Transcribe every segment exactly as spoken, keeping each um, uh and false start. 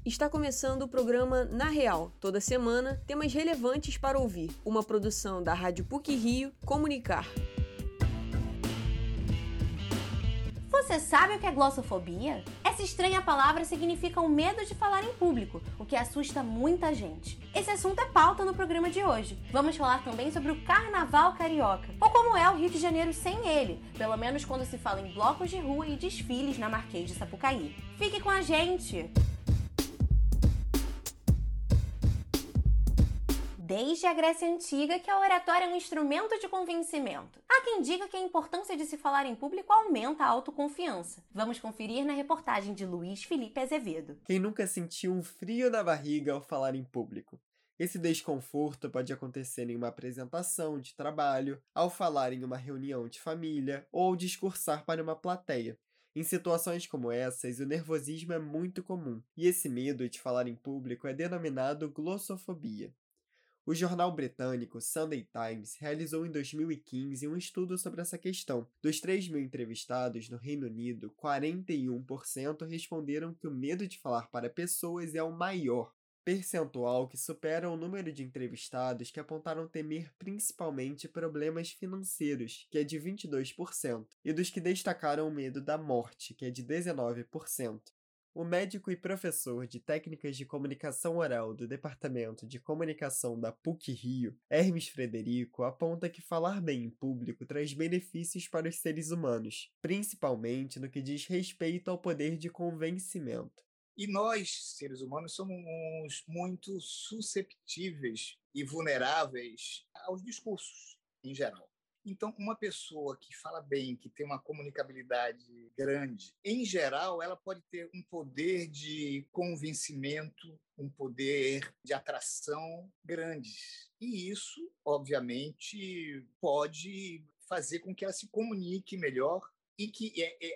Está começando o programa Na Real. Toda semana, temas relevantes para ouvir. Uma produção da Rádio P U C Rio, Comunicar. Você sabe o que é glossofobia? Essa estranha palavra significa o medo de falar em público, o que assusta muita gente. Esse assunto é pauta no programa de hoje. Vamos falar também sobre o Carnaval Carioca, ou como é o Rio de Janeiro sem ele, pelo menos quando se fala em blocos de rua e desfiles na Marquês de Sapucaí. Fique com a gente! Desde a Grécia Antiga que a oratória é um instrumento de convencimento. Há quem diga que a importância de se falar em público aumenta a autoconfiança. Vamos conferir na reportagem de Luiz Felipe Azevedo. Quem nunca sentiu um frio na barriga ao falar em público? Esse desconforto pode acontecer em uma apresentação de trabalho, ao falar em uma reunião de família ou ao discursar para uma plateia. Em situações como essas, o nervosismo é muito comum, e esse medo de falar em público é denominado glossofobia. O jornal britânico Sunday Times realizou em dois mil e quinze um estudo sobre essa questão. Dos três mil entrevistados no Reino Unido, quarenta e um por cento responderam que o medo de falar para pessoas é o maior, percentual que supera o número de entrevistados que apontaram temer principalmente problemas financeiros, que é de vinte e dois por cento, e dos que destacaram o medo da morte, que é de dezenove por cento. O médico e professor de técnicas de comunicação oral do Departamento de Comunicação da P U C Rio, Hermes Frederico, aponta que falar bem em público traz benefícios para os seres humanos, principalmente no que diz respeito ao poder de convencimento. E nós, seres humanos, somos muito susceptíveis e vulneráveis aos discursos, em geral. Então, uma pessoa que fala bem, que tem uma comunicabilidade grande, em geral, ela pode ter um poder de convencimento, um poder de atração grande. E isso, obviamente, pode fazer com que ela se comunique melhor e que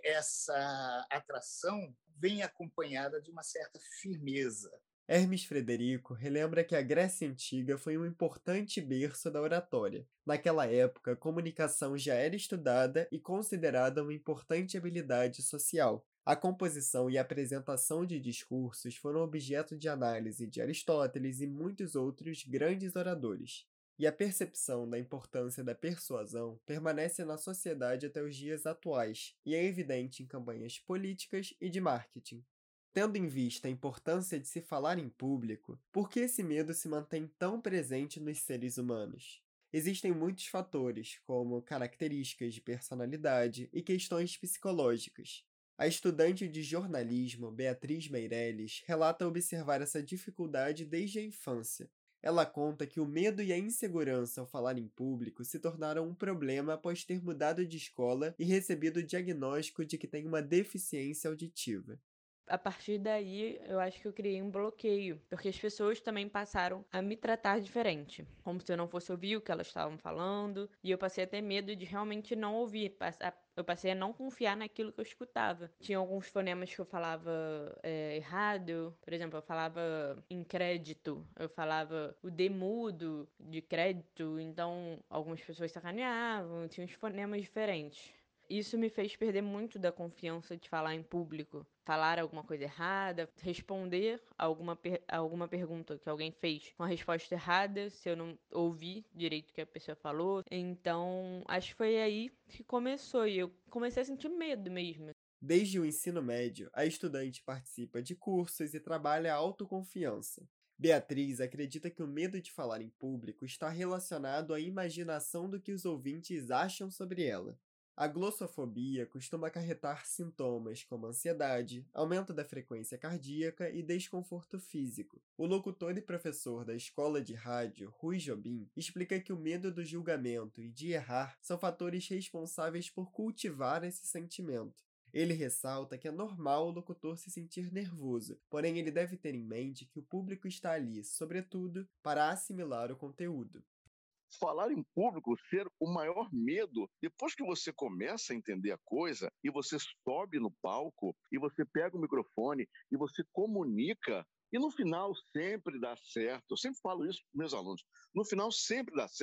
essa atração venha acompanhada de uma certa firmeza. Hermes Frederico relembra que a Grécia Antiga foi um importante berço da oratória. Naquela época, a comunicação já era estudada e considerada uma importante habilidade social. A composição e a apresentação de discursos foram objeto de análise de Aristóteles e muitos outros grandes oradores. E a percepção da importância da persuasão permanece na sociedade até os dias atuais e é evidente em campanhas políticas e de marketing. Tendo em vista a importância de se falar em público, por que esse medo se mantém tão presente nos seres humanos? Existem muitos fatores, como características de personalidade e questões psicológicas. A estudante de jornalismo, Beatriz Meirelles, relata observar essa dificuldade desde a infância. Ela conta que o medo e a insegurança ao falar em público se tornaram um problema após ter mudado de escola e recebido o diagnóstico de que tem uma deficiência auditiva. A partir daí, eu acho que eu criei um bloqueio, porque as pessoas também passaram a me tratar diferente, como se eu não fosse ouvir o que elas estavam falando, e eu passei a ter medo de realmente não ouvir, eu passei a não confiar naquilo que eu escutava. Tinha alguns fonemas que eu falava é, errado, por exemplo, eu falava incrédito, eu falava o D mudo de crédito, então algumas pessoas sacaneavam, tinha uns fonemas diferentes. Isso me fez perder muito da confiança de falar em público. Falar alguma coisa errada, responder alguma, per- alguma pergunta que alguém fez com a resposta errada, se eu não ouvi direito o que a pessoa falou. Então, acho que foi aí que começou e eu comecei a sentir medo mesmo. Desde o ensino médio, a estudante participa de cursos e trabalha a autoconfiança. Beatriz acredita que o medo de falar em público está relacionado à imaginação do que os ouvintes acham sobre ela. A glossofobia costuma acarretar sintomas como ansiedade, aumento da frequência cardíaca e desconforto físico. O locutor e professor da escola de rádio, Rui Jobim, explica que o medo do julgamento e de errar são fatores responsáveis por cultivar esse sentimento. Ele ressalta que é normal o locutor se sentir nervoso, porém ele deve ter em mente que o público está ali, sobretudo, para assimilar o conteúdo. Falar em público ser o maior medo. Depois que você começa a entender a coisa e você sobe no palco e você pega o microfone e você comunica, e no final sempre dá certo. Eu sempre falo isso para meus alunos. No final sempre dá certo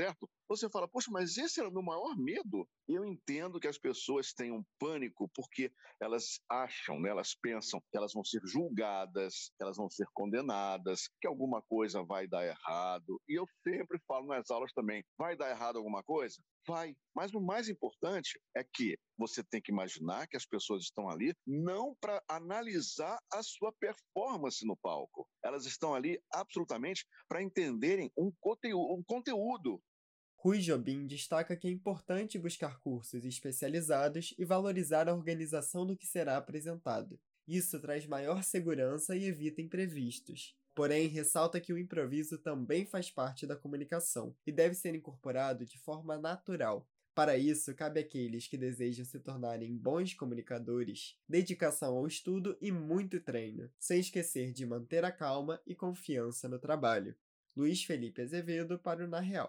Você fala, poxa, mas esse era o meu maior medo. Eu entendo que as pessoas tenham pânico porque elas acham, né, elas pensam que elas vão ser julgadas, que elas vão ser condenadas, que alguma coisa vai dar errado. E eu sempre falo nas aulas também, vai dar errado alguma coisa? Vai. Mas o mais importante é que você tem que imaginar que as pessoas estão ali não para analisar a sua performance no palco. Elas estão ali absolutamente para entenderem um conteúdo, um conteúdo. Rui Jobim destaca que é importante buscar cursos especializados e valorizar a organização do que será apresentado. Isso traz maior segurança e evita imprevistos. Porém, ressalta que o improviso também faz parte da comunicação e deve ser incorporado de forma natural. Para isso, cabe àqueles que desejam se tornarem bons comunicadores, dedicação ao estudo e muito treino, sem esquecer de manter a calma e confiança no trabalho. Luiz Felipe Azevedo para o Na Real.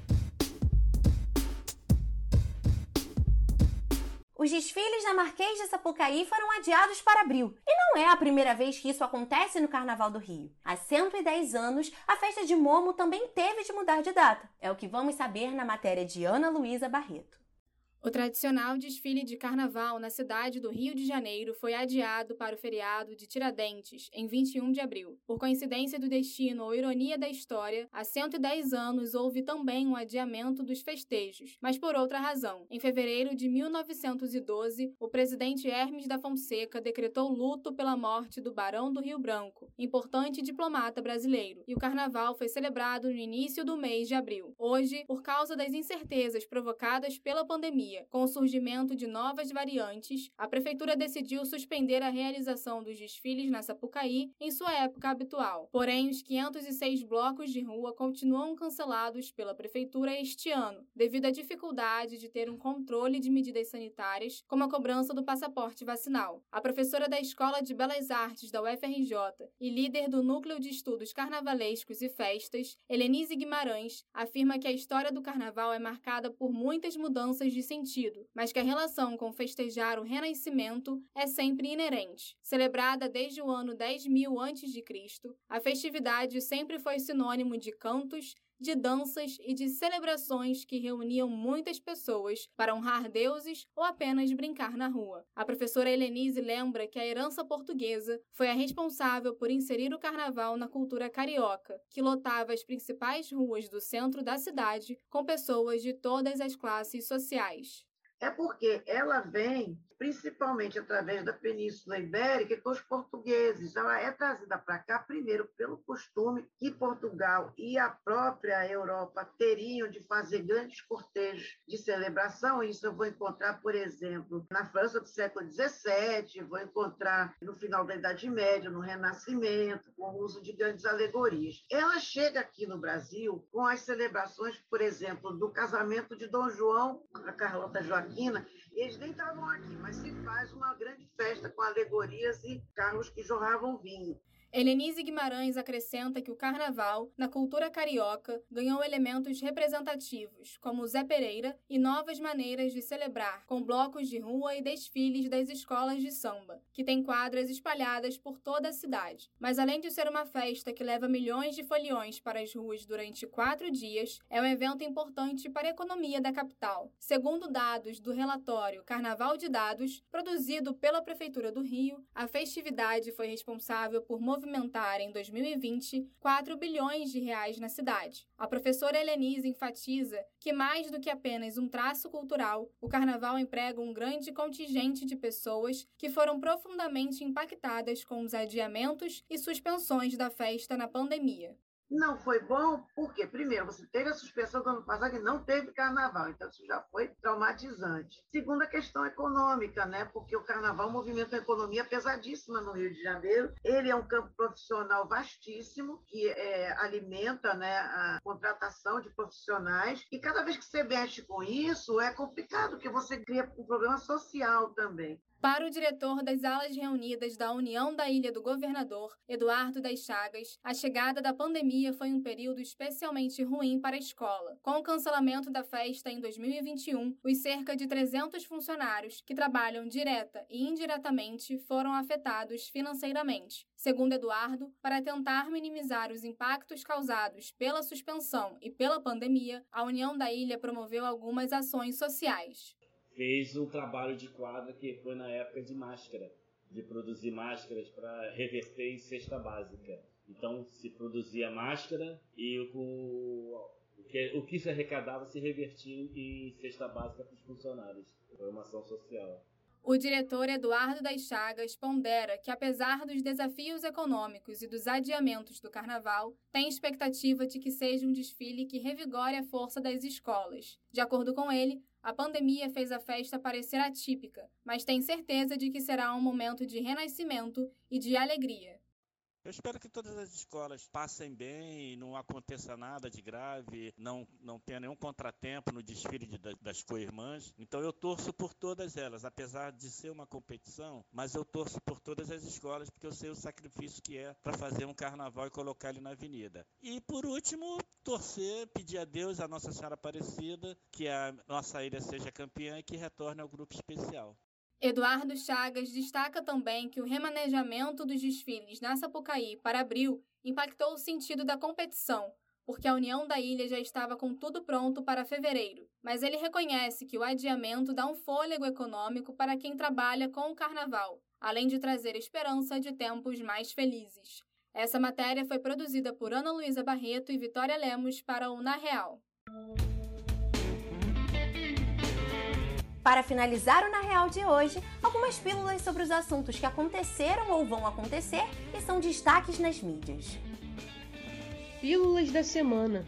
Os desfiles da Marquês de Sapucaí foram adiados para abril. E não é a primeira vez que isso acontece no Carnaval do Rio. Há cento e dez anos, a festa de Momo também teve de mudar de data. É o que vamos saber na matéria de Ana Luísa Barreto. O tradicional desfile de carnaval na cidade do Rio de Janeiro foi adiado para o feriado de Tiradentes, em vinte e um de abril. Por coincidência do destino ou ironia da história, há cento e dez anos houve também um adiamento dos festejos, mas por outra razão. Em fevereiro de mil novecentos e doze, o presidente Hermes da Fonseca decretou luto pela morte do Barão do Rio Branco, importante diplomata brasileiro, e o carnaval foi celebrado no início do mês de abril. Hoje, por causa das incertezas provocadas pela pandemia, com o surgimento de novas variantes, a Prefeitura decidiu suspender a realização dos desfiles na Sapucaí em sua época habitual. Porém, os quinhentos e seis blocos de rua continuam cancelados pela Prefeitura este ano, devido à dificuldade de ter um controle de medidas sanitárias, como a cobrança do passaporte vacinal. A professora da Escola de Belas Artes da U F R J e líder do Núcleo de Estudos Carnavalescos e Festas, Helenise Guimarães, afirma que a história do carnaval é marcada por muitas mudanças de sentido, mas que a relação com festejar o renascimento é sempre inerente. Celebrada desde o ano dez mil antes de Cristo, a festividade sempre foi sinônimo de cantos, de danças e de celebrações que reuniam muitas pessoas para honrar deuses ou apenas brincar na rua. A professora Helenise lembra que a herança portuguesa foi a responsável por inserir o carnaval na cultura carioca, que lotava as principais ruas do centro da cidade com pessoas de todas as classes sociais. É porque ela vem principalmente através da Península Ibérica com os portugueses. Ela é trazida para cá, primeiro, pelo costume que Portugal e a própria Europa teriam de fazer grandes cortejos de celebração. Isso eu vou encontrar, por exemplo, na França do século dezessete, vou encontrar no final da Idade Média, no Renascimento, com o uso de grandes alegorias. Ela chega aqui no Brasil com as celebrações, por exemplo, do casamento de Dom João com a Carlota Joaquina. Eles nem estavam aqui, mas se faz uma grande festa com alegorias e carros que jorravam vinho. Helenise Guimarães acrescenta que o carnaval, na cultura carioca, ganhou elementos representativos, como o Zé Pereira, e novas maneiras de celebrar, com blocos de rua e desfiles das escolas de samba, que têm quadras espalhadas por toda a cidade. Mas além de ser uma festa que leva milhões de foliões para as ruas durante quatro dias, é um evento importante para a economia da capital. Segundo dados do relatório Carnaval de Dados, produzido pela Prefeitura do Rio, a festividade foi responsável por movimentar movimentar em dois mil e vinte quatro bilhões de reais na cidade. A professora Helenise enfatiza que, mais do que apenas um traço cultural, o carnaval emprega um grande contingente de pessoas que foram profundamente impactadas com os adiamentos e suspensões da festa na pandemia. Não foi bom porque, primeiro, você teve a suspensão do ano passado e não teve carnaval, então isso já foi traumatizante. Segunda questão econômica, né? Porque o carnaval movimenta uma economia pesadíssima no Rio de Janeiro. Ele é um campo profissional vastíssimo que é, alimenta, né, a contratação de profissionais, e cada vez que você mexe com isso é complicado, porque você cria um problema social também. Para o diretor das Alas Reunidas da União da Ilha do Governador, Eduardo das Chagas, a chegada da pandemia foi um período especialmente ruim para a escola. Com o cancelamento da festa em dois mil e vinte e um, os cerca de trezentos funcionários que trabalham direta e indiretamente foram afetados financeiramente. Segundo Eduardo, para tentar minimizar os impactos causados pela suspensão e pela pandemia, a União da Ilha promoveu algumas ações sociais. Fez um trabalho de quadra que foi na época de máscara, de produzir máscaras para reverter em cesta básica. Então se produzia máscara e o, o, que, o que se arrecadava se revertia em cesta básica para os funcionários. Foi uma ação social. O diretor Eduardo das Chagas pondera que, apesar dos desafios econômicos e dos adiamentos do carnaval, tem expectativa de que seja um desfile que revigore a força das escolas. De acordo com ele, a pandemia fez a festa parecer atípica, mas tem certeza de que será um momento de renascimento e de alegria. Eu espero que todas as escolas passem bem, não aconteça nada de grave, não, não tenha nenhum contratempo no desfile de, das co-irmãs. Então eu torço por todas elas, apesar de ser uma competição, mas eu torço por todas as escolas, porque eu sei o sacrifício que é para fazer um carnaval e colocar ele na avenida. E por último, torcer, pedir a Deus, a Nossa Senhora Aparecida, que a nossa ilha seja campeã e que retorne ao grupo especial. Eduardo Chagas destaca também que o remanejamento dos desfiles na Sapucaí para abril impactou o sentido da competição, porque a União da Ilha já estava com tudo pronto para fevereiro. Mas ele reconhece que o adiamento dá um fôlego econômico para quem trabalha com o carnaval, além de trazer esperança de tempos mais felizes. Essa matéria foi produzida por Ana Luísa Barreto e Vitória Lemos para o Na Real. Para finalizar o Na Real de hoje, algumas pílulas sobre os assuntos que aconteceram ou vão acontecer e são destaques nas mídias. Pílulas da semana.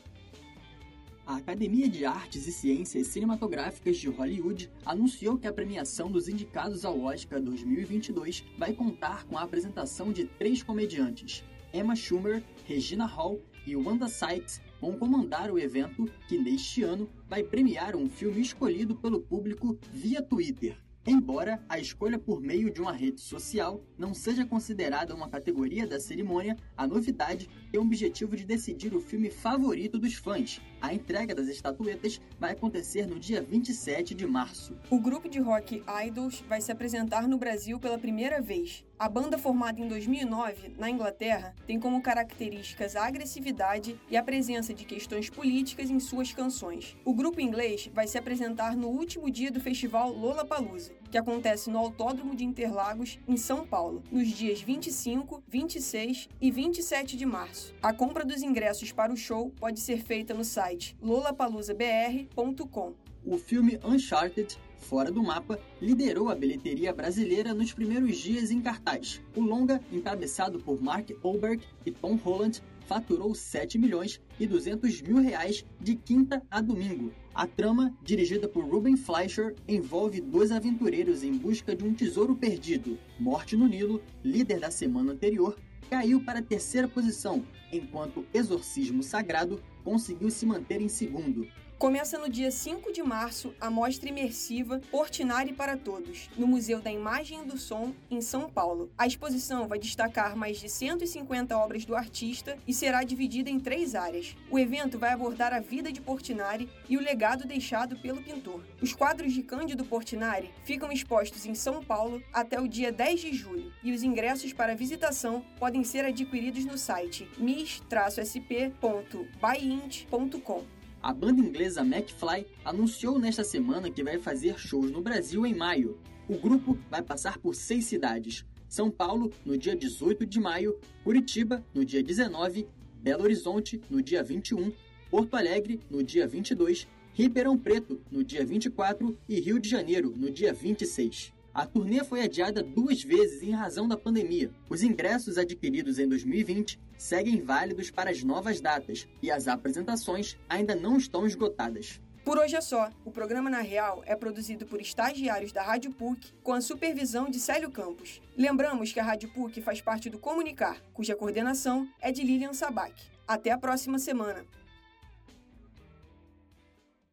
A Academia de Artes e Ciências Cinematográficas de Hollywood anunciou que a premiação dos indicados ao Oscar dois mil e vinte e dois vai contar com a apresentação de três comediantes. Emma Schumer, Regina Hall e Wanda Sykes vão comandar o evento que, neste ano, vai premiar um filme escolhido pelo público via Twitter. Embora a escolha por meio de uma rede social não seja considerada uma categoria da cerimônia, a novidade tem o objetivo de decidir o filme favorito dos fãs. A entrega das estatuetas vai acontecer no dia vinte e sete de março. O grupo de rock Idols vai se apresentar no Brasil pela primeira vez. A banda, formada em dois mil e nove, na Inglaterra, tem como características a agressividade e a presença de questões políticas em suas canções. O grupo inglês vai se apresentar no último dia do festival Lollapalooza, que acontece no Autódromo de Interlagos, em São Paulo, nos dias vinte e cinco, vinte e seis e vinte e sete de março. A compra dos ingressos para o show pode ser feita no site lollapalooza b r ponto com. O filme Uncharted, Fora do Mapa, liderou a bilheteria brasileira nos primeiros dias em cartaz. O longa, encabeçado por Mark Wahlberg e Tom Holland, faturou sete milhões e duzentos mil reais de quinta a domingo. A trama, dirigida por Ruben Fleischer, envolve dois aventureiros em busca de um tesouro perdido. Morte no Nilo, líder da semana anterior, caiu para a terceira posição, enquanto Exorcismo Sagrado conseguiu se manter em segundo. Começa no dia cinco de março a mostra imersiva Portinari para Todos, no Museu da Imagem e do Som, em São Paulo. A exposição vai destacar mais de cento e cinquenta obras do artista e será dividida em três áreas. O evento vai abordar a vida de Portinari e o legado deixado pelo pintor. Os quadros de Cândido Portinari ficam expostos em São Paulo até o dia dez de julho, e os ingressos para visitação podem ser adquiridos no site mis s p ponto buy-int ponto com. A banda inglesa McFly anunciou nesta semana que vai fazer shows no Brasil em maio. O grupo vai passar por seis cidades: São Paulo, no dia dezoito de maio, Curitiba, no dia dezenove, Belo Horizonte, no dia vinte e um, Porto Alegre, no dia vinte e dois, Ribeirão Preto, no dia vinte e quatro e Rio de Janeiro, no dia vinte e seis. A turnê foi adiada duas vezes em razão da pandemia. Os ingressos adquiridos em dois mil e vinte seguem válidos para as novas datas e as apresentações ainda não estão esgotadas. Por hoje é só. O programa Na Real é produzido por estagiários da Rádio P U C com a supervisão de Célio Campos. Lembramos que a Rádio P U C faz parte do Comunicar, cuja coordenação é de Lilian Sabac. Até a próxima semana.